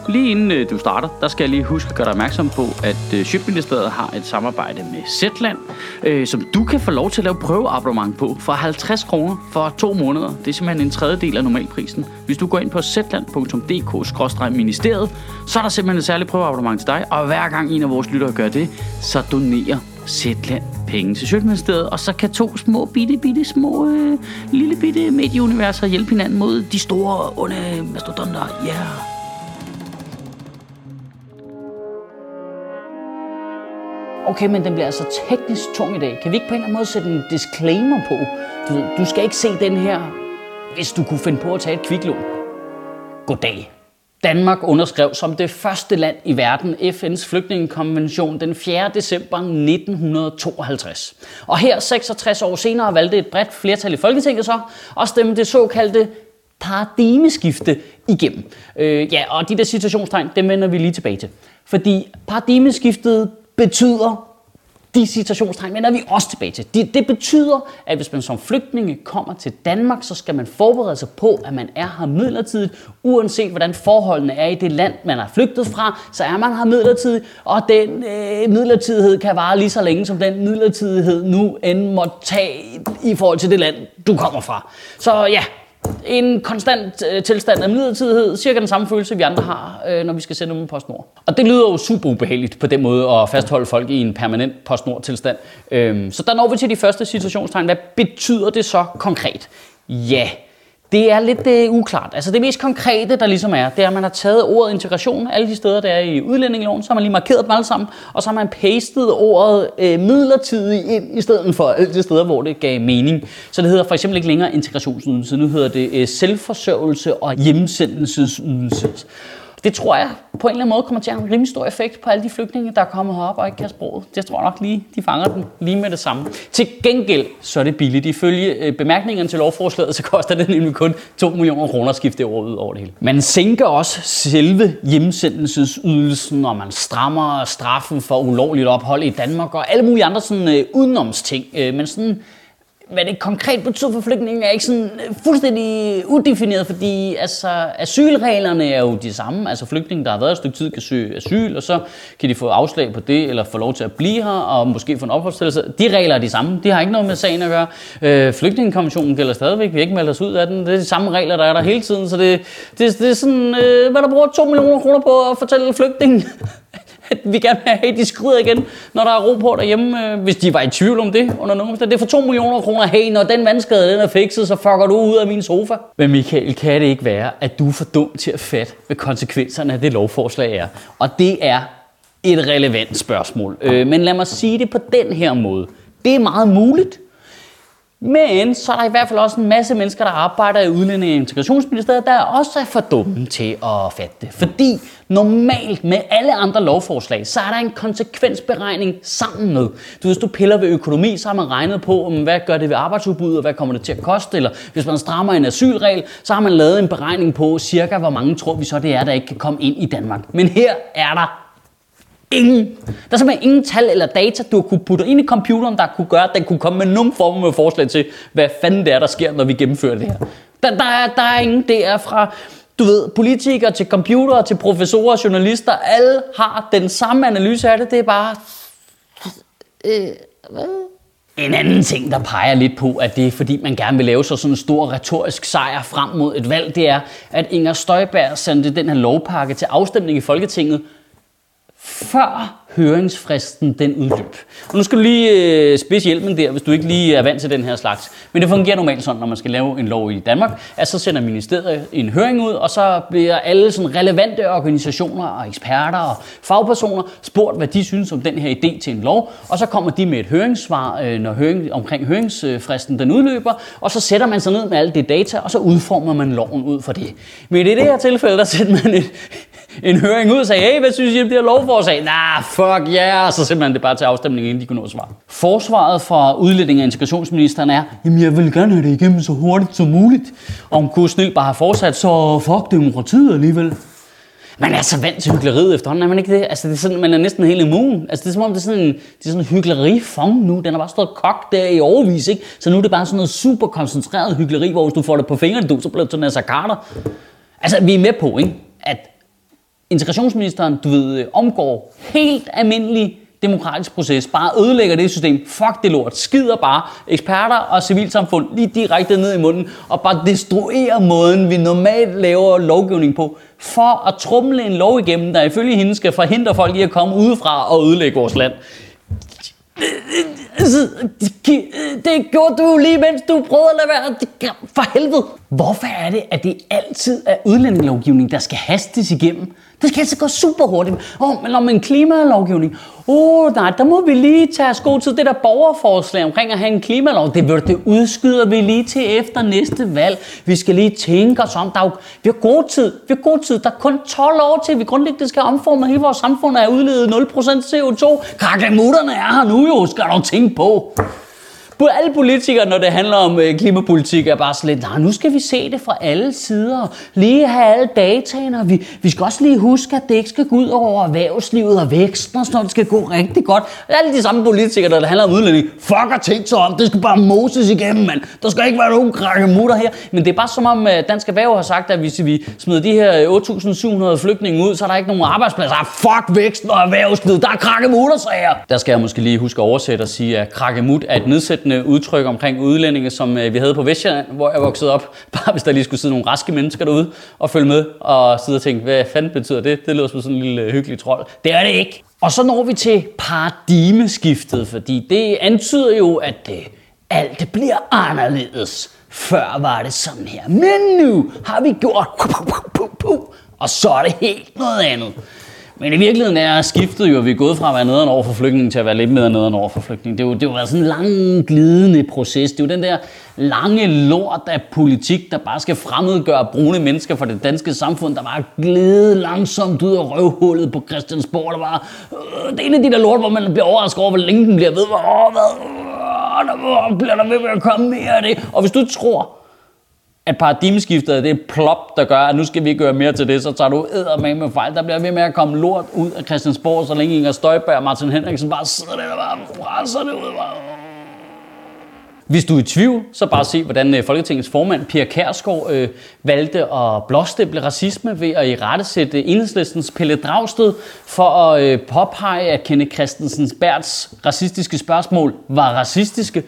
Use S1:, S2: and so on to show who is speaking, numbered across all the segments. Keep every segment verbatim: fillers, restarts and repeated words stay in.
S1: lige inden øh, du starter, der skal jeg lige huske at gøre dig opmærksom på, at øh, Sjøtministeriet har et samarbejde med Zetland, øh, som du kan få lov til at lave prøveabonnement på for halvtreds kroner for to måneder. Det er simpelthen en tredjedel af normalprisen. Hvis du går ind på zetland punktum d k skråstreg ministeriet, så er der simpelthen et særligt prøveabonnement til dig, og hver gang en af vores lyttere gør det, så donerer Zetland penge til Sjøtministeriet, og så kan to små, bitte, bitte, små, øh, lille bitte medieuniverser hjælpe hinanden mod de store, onde mastodonter. Ja. Yeah. Okay, men den bliver altså teknisk tung i dag. Kan vi ikke på en eller anden måde sætte en disclaimer på? Du ved, du skal ikke se den her, hvis du kunne finde på at tage et kviklån. Goddag. Danmark underskrev som det første land i verden F N's flygtningekonvention den fjerde december nitten tooghalvtreds. Og her seksogtres år senere valgte et bredt flertal i Folketinget så at stemme det såkaldte paradigmeskifte igennem. Øh, ja, og de der citationstegn, dem vender vi lige tilbage til. Fordi paradigmeskiftet betyder, de citationstegn vender vi også tilbage til. Det, det betyder, at hvis man som flygtninge kommer til Danmark, så skal man forberede sig på, at man er her midlertidigt, uanset hvordan forholdene er i det land, man er flygtet fra, så er man her midlertidigt, og den øh, midlertidighed kan vare lige så længe, som den midlertidighed nu end må tage i forhold til det land, du kommer fra. Så ja, en konstant øh, tilstand af midlertidighed, cirka den samme følelse, vi andre har, øh, når vi skal sende dem med PostNord. Og det lyder jo super ubehageligt på den måde at fastholde folk i en permanent PostNord-tilstand. Øhm, så der når vi til de første citationstegn. Hvad betyder det så konkret? Ja, det er lidt øh, uklart. Altså det mest konkrete, der ligesom er, det er, at man har taget ordet integration, alle de steder, der er i udlændingeloven, så har man lige markeret dem alle sammen, og så har man pastet ordet øh, midlertidigt ind, i stedet for alle de steder, hvor det gav mening. Så det hedder for eksempel ikke længere integrationsydelse, nu hedder det øh, selvforsørgelse og hjemsendelsesydelse. Det tror jeg på en eller anden måde kommer til at have en rimelig stor effekt på alle de flygtninge, der er kommet herop og ikke kan sproget. Det tror jeg nok lige, de fanger den lige med det samme. Til gengæld så er det billigt. Ifølge bemærkningerne til lovforslaget, så koster det nemlig kun to millioner kroner at skifte over ud over det hele. Man sænker også selve hjemsendelsesydelsen, og man strammer straffen for ulovligt ophold i Danmark og alle mulige andre sådan udenomsting. Men sådan hvad det konkret betyder for flygtninge er ikke sådan fuldstændig udefineret, fordi altså, asylreglerne er jo de samme. Altså flygtninge, der har været et stykke tid, kan søge asyl, og så kan de få afslag på det, eller få lov til at blive her, og måske få en opholdstilladelse. De regler er de samme. De har ikke noget med sagen at gøre. Øh, flygtningekonventionen gælder stadigvæk. Vi har ikke meldt os ud af den. Det er de samme regler, der er der hele tiden. Så det, det, det er sådan, øh, hvad der bruger to millioner kroner på at fortælle flygtninge, at vi gerne vil have, at de skrider igen, når der er ro på derhjemme, hvis de var i tvivl om det under nogen. Det er for to millioner kroner. Hey, når den vandskade den er fikset, så fucker du ud af min sofa. Men Michael, kan det ikke være, at du er for dum til at fatte, hvad konsekvenserne af det lovforslag er? Og det er et relevant spørgsmål. Men lad mig sige det på den her måde. Det er meget muligt. Men så er der i hvert fald også en masse mennesker, der arbejder i Udlændinge- og Integrationsministeriet, der også er for dumme til at fatte det. Fordi normalt med alle andre lovforslag, så er der en konsekvensberegning sammen med. Du, hvis du piller ved økonomi, så har man regnet på, hvad gør det ved arbejdsudbuddet, og hvad kommer det til at koste. Eller hvis man strammer en asylregel, så har man lavet en beregning på cirka, hvor mange tror vi så det er, der ikke kan komme ind i Danmark. Men her er der ingen. Der er simpelthen ingen tal eller data, du kunne putte ind i computeren, der kunne gøre, at den kunne komme med nogen form af forslag til, hvad fanden det er, der sker, når vi gennemfører det her. Der, der, er, der er ingen. Det er fra, du ved, politikere til computere til professorer og journalister. Alle har den samme analyse af det. Det er bare Øh, hvad? En anden ting, der peger lidt på, at det er fordi, man gerne vil lave så sådan en stor retorisk sejr frem mod et valg, det er, at Inger Støjberg sendte den her lovpakke til afstemning i Folketinget, før høringsfristen den udløb. Og nu skal du lige øh, spidse hjelmen der, hvis du ikke lige er vant til den her slags. Men det fungerer normalt sådan, når man skal lave en lov i Danmark, at så sender ministeriet en høring ud, og så bliver alle sådan relevante organisationer og eksperter og fagpersoner spurgt, hvad de synes om den her idé til en lov, og så kommer de med et høringssvar, øh, når høring, omkring høringsfristen den udløber, og så sætter man sig ned med alt det data, og så udformer man loven ud for det. Men i det her tilfælde, der sætter man et en høring ud og sagde, hey, hvad synes I om det her lovforslag? Nah, fuck yeah, og så simpelthen det bare til afstemning, inden de kunne nå at svare. Forsvaret fra Udlændinge- og Integrationsministeren er, jamen jeg vil gerne have det igennem så hurtigt som muligt. Og hun kunne snilt bare have fortsat, så fuck demokratiet alligevel. Man er så vant til hykleriet efterhånden, er man ikke det? Altså, det er sådan, man er næsten helt immun. Altså, det er som om, det er sådan en, det er sådan en hyklerifong nu. Den har bare stået kogt der i overvis, ikke? Så nu er det bare sådan noget super koncentreret hykleri, hvor hvis du får det på fingrene, du, så bliver det sådan en sarkater. Altså, vi er med på, ikke? At integrationsministeren, du ved, omgår helt almindelig demokratisk proces, bare ødelægger det system, fuck det lort, skider bare eksperter og civilsamfund lige direkte ned i munden, og bare destruerer måden, vi normalt laver lovgivning på, for at tromle en lov igennem, der ifølge hende skal forhindre folk i at komme udefra og ødelægge vores land. Det gjorde du lige, mens du prøvede at lade være. For helvede. Hvorfor er det, at det altid er udlændingelovgivning, der skal hastes igennem? Det skal altså gå super hurtigt. Åh, oh, men om en klimalovgivning. Åh, oh, nej, der må vi lige tage os god tid. Det der borgerforslag omkring at have en klimalov, det, det udskyder vi lige til efter næste valg. Vi skal lige tænke os om. Der er jo, vi har god tid. Vi har god tid. Der er kun tolv år til, vi grundlæggende skal omforme hele vores samfund og udlede nul procent C O to. Krakkemutterne er her nu jo, skal du tænke på. Alle politikere, når det handler om øh, klimapolitik, er bare sådan lidt, nej, nu skal vi se det fra alle sider, lige have alle dataene, og vi, vi skal også lige huske, at det ikke skal gå ud over erhvervslivet og væksten og sådan noget, det skal gå rigtig godt. Alle de samme politikere, når det handler om udlænding, fuck og tænk så om, det skal bare moses igennem, mand. Der skal ikke være nogen krakkemutter her. Men det er bare som om øh, Dansk Erhverv har sagt, at hvis vi smider de her otte tusind syv hundrede flygtninge ud, så er der ikke nogen arbejdspladser. Ah, fuck væksten og erhvervslivet, der er krakkemutter, sagde jeg. Der skal jeg måske lige huske at oversætte og sige, at krakkemut er et nedsættende udtryk omkring udlændinge, som vi havde på Vestjylland, hvor jeg voksede op. Bare hvis der lige skulle sidde nogle raske mennesker derude og følge med og sidde og tænke, hvad fanden betyder det? Det lyder som sådan en lille hyggelig trold. Det er det ikke. Og så når vi til paradigmeskiftet, fordi det antyder jo, at det, alt det bliver anderledes. Før var det sådan her, men nu har vi gjort og så er det helt noget andet. Men i virkeligheden er skiftet jo, at vi er gået fra at være nederen over for flygtningen til at være lidt mere nederen over for flygtningen. Det er jo, det er jo været sådan en lang glidende proces. Det er jo den der lange lort af politik, der bare skal fremmedgøre brune mennesker for det danske samfund, der bare glide langsomt ud af røvhullet på Christiansborg. Der bare, øh, det er en af de der lort, hvor man bliver overrasket over, hvor længe den bliver ved. Åh, hvad? Øh, der bliver der ved med at komme mere af det. Og hvis du tror, at paradigmeskiftet er det plop, der gør, at nu skal vi gøre mere til det, så tager du eddermame med fejl. Der bliver ved med at komme lort ud af Christiansborg, så længe Inger Støjberg og Martin Henriksen bare sidder der og bare presser det ud. Hvis du er i tvivl, så bare se, hvordan Folketingets formand, Pia Kjærsgaard, øh, valgte at blåstemple racisme ved at irettesætte Enhedslistens Pelle Dragsted for at øh, påpege, at Kenneth Kristensen Berths racistiske spørgsmål var racistiske.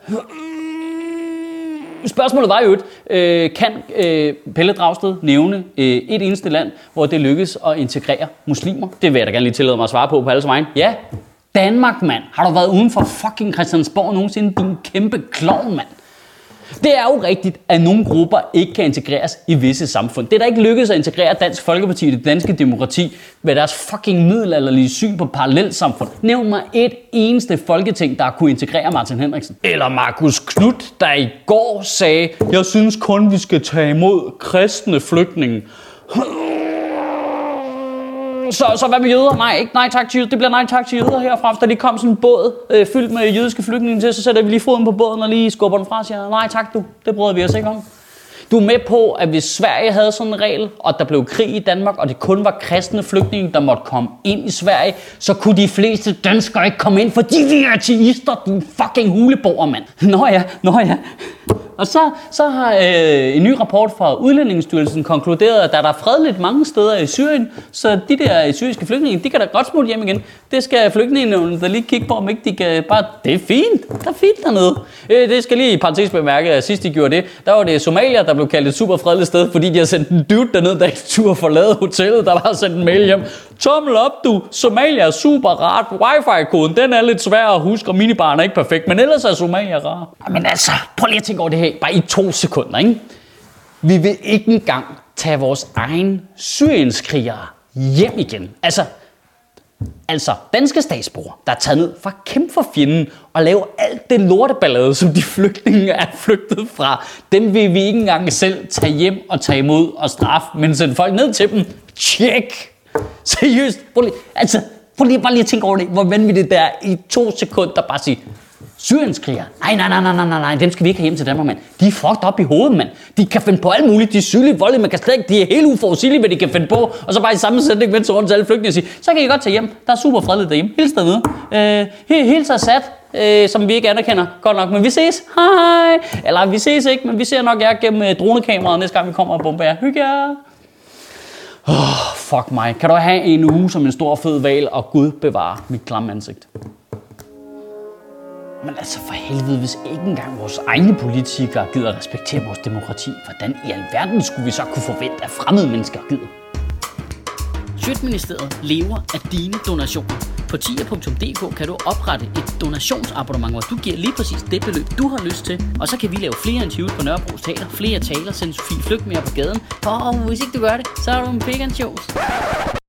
S1: Spørgsmålet var jo et, øh, kan øh, Pelle Dragsted nævne øh, et eneste land, hvor det lykkes at integrere muslimer? Det vil jeg da gerne lige tillade mig at svare på på alles vegne. Ja, Danmark, mand. Har du været uden for fucking Christiansborg nogensinde, din kæmpe klovn, mand? Det er jo rigtigt, at nogle grupper ikke kan integreres i visse samfund. Det er da ikke lykkedes at integrere Dansk Folkeparti i det danske demokrati med deres fucking middelalderlige syn på parallelsamfund. Nævn mig et eneste folketing, der kunne integrere Martin Henriksen. Eller Marcus Knudt, der i går sagde, jeg synes kun, vi skal tage imod kristne flygtninge. Så, så hvad med jøder? Nej, ikke nej tak til jøder. Det bliver nej tak til jøder herfra. Da de kom sådan en båd øh, fyldt med jødiske flygtninge til, så sætter vi lige foden på båden og lige skubber den fra og siger, nej tak du, det bryder vi os ikke om. Du er med på, at hvis Sverige havde sådan en regel, og der blev krig i Danmark, og det kun var kristne flygtninge, der måtte komme ind i Sverige, så kunne de fleste danskere ikke komme ind, fordi de er ateister, du fucking huleboer, mand. Nå ja, nå ja. Og så, så har øh, en ny rapport fra Udlændingestyrelsen konkluderet, at der er fredeligt mange steder i Syrien, så de der syriske flygtninge, de kan da godt smutte hjem igen. Det skal flygtningene der lige kigge på, om ikke de kan bare... Det er fint, der er fint dernede. Øh, det skal lige i parentes bemærke, at sidst de gjorde det, der var det Somalia, der blev kaldt et super fredeligt sted, fordi de har sendt en dude derned, der ikke turde forlade hotellet, der bare sendt en mail hjem. Tommel op du, Somalia er super rart, wifi-koden, den er lidt svær at huske, og minibaren er ikke perfekt, men ellers er Somalia rar. Men altså, prøv lige at tænke over det her, bare i to sekunder, ikke? Vi vil ikke engang tage vores egen syrienskrigere hjem igen. Altså, altså danske statsborgere, der er taget ned for at kæmpe for fjenden og lave alt det lorteballade, som de flygtninge er flygtet fra. Dem vil vi ikke engang selv tage hjem og tage imod og straffe, men sende folk ned til dem. Tjek! Seriøst, prøv lige, altså, prøv lige, bare lige at tænke over det, hvor vanvittigt det er i to sekunder bare sige, syrienskriger. Nej, nej, nej, nej, nej, nej, dem skal vi ikke have hjem til Danmark, mand. De er fucked op i hovedet, mand. De kan finde på alt muligt. De er sygelige, voldelige, man kan slet ikke, de er helt uforudsigelige, hvad de kan finde på. Og så bare i samme sætning vende sig rundt til alle flygtninge og sige, så kan I godt tage hjem. Der er super fredeligt derhjemme. Hils dernede. Øh, hils Assad, øh, som vi ikke anerkender. Godt nok, men vi ses. Hej. Eller vi ses ikke, men vi ser nok jer gennem dronekameraet næste gang vi kommer og bomber jer. Hygge jer. Oh, fuck mig. Kan du have en uge som en stor fed hval, og Gud bevare mit klamme ansigt. Men altså for helvede, hvis ikke engang vores egne politikere gider respektere vores demokrati, hvordan i alverden skulle vi så kunne forvente, at fremmede mennesker gider?
S2: Sjøtministeriet lever af dine donationer. På tier punktum d k kan du oprette et donationsabonnement, hvor du giver lige præcis det beløb, du har lyst til. Og så kan vi lave flere interviews på Nørrebro Teater, flere taler, sende Sofie Flygt mere på gaden. Og hvis ikke du gør det, så er du en pig and shows.